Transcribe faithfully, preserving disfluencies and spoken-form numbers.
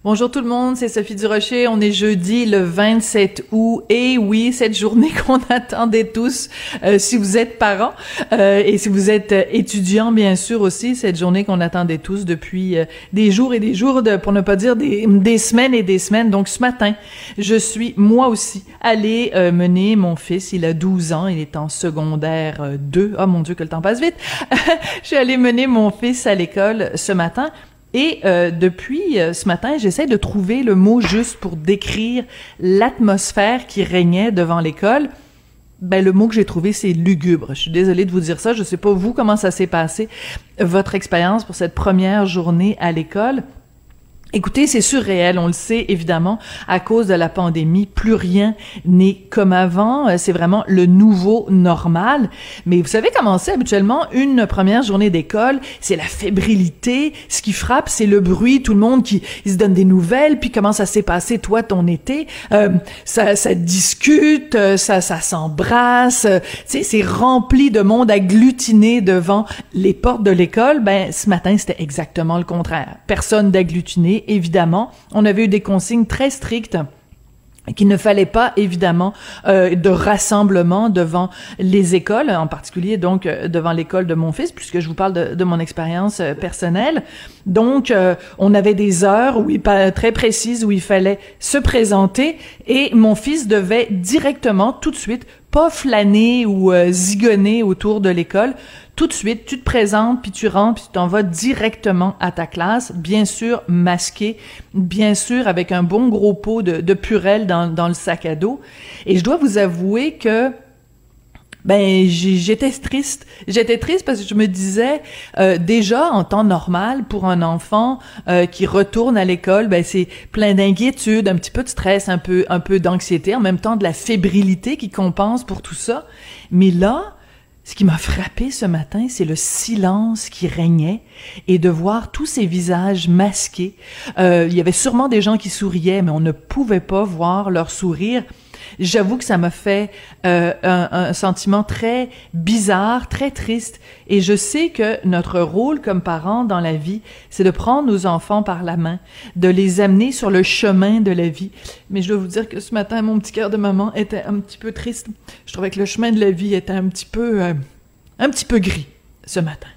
Bonjour tout le monde, c'est Sophie Durocher. On est jeudi le vingt-sept août. Et oui, cette journée qu'on attendait tous, euh, si vous êtes parents euh, et si vous êtes euh, étudiants, bien sûr aussi, cette journée qu'on attendait tous depuis euh, des jours et des jours, de, pour ne pas dire des, des semaines et des semaines. Donc ce matin, je suis moi aussi allée euh, mener mon fils. Il a douze ans, il est en secondaire euh, deux. Oh mon Dieu, que le temps passe vite. Je suis allée mener mon fils à l'école ce matin. Et euh, depuis euh, ce matin, j'essaie de trouver le mot juste pour décrire l'atmosphère qui régnait devant l'école. Ben le mot que j'ai trouvé, c'est lugubre. Je suis désolée de vous dire ça. Je sais pas vous comment ça s'est passé, votre expérience pour cette première journée à l'école. Écoutez, c'est surréel, on le sait évidemment, à cause de la pandémie, plus rien n'est comme avant, c'est vraiment le nouveau normal. Mais vous savez comment c'est habituellement, une première journée d'école, c'est la fébrilité, ce qui frappe, c'est le bruit, tout le monde qui il se donne des nouvelles, puis comment ça s'est passé toi ton été, euh, ça, ça discute, ça, ça s'embrasse, euh, tu sais, c'est rempli de monde agglutiné devant les portes de l'école. Ben ce matin, c'était exactement le contraire, personne d'agglutiné. Évidemment, on avait eu des consignes très strictes qu'il ne fallait pas, évidemment, euh, de rassemblement devant les écoles, en particulier, donc, euh, devant l'école de mon fils, puisque je vous parle de, de mon expérience euh, personnelle. Donc, euh, on avait des heures où il, très précises où il fallait se présenter et mon fils devait directement, tout de suite, pas flâner ou euh, zigonner autour de l'école. Tout de suite, tu te présentes, puis tu rentres, puis tu t'en vas directement à ta classe, bien sûr masqué, bien sûr avec un bon gros pot de, de Purell dans, dans le sac à dos. Et je dois vous avouer que ben j'étais triste. J'étais triste parce que je me disais, euh, déjà en temps normal, pour un enfant euh, qui retourne à l'école, ben c'est plein d'inquiétude, un petit peu de stress, un peu un peu d'anxiété, en même temps de la fébrilité qui compense pour tout ça. Mais là, ce qui m'a frappé ce matin, c'est le silence qui régnait et de voir tous ces visages masqués. Euh, il y avait sûrement des gens qui souriaient, mais on ne pouvait pas voir leur sourire. J'avoue que ça m'a fait euh, un, un sentiment très bizarre, très triste. Et je sais que notre rôle comme parents dans la vie, c'est de prendre nos enfants par la main, de les amener sur le chemin de la vie. Mais je dois vous dire que ce matin, mon petit cœur de maman était un petit peu triste. Je trouvais que le chemin de la vie était un petit peu, euh, un petit peu gris ce matin.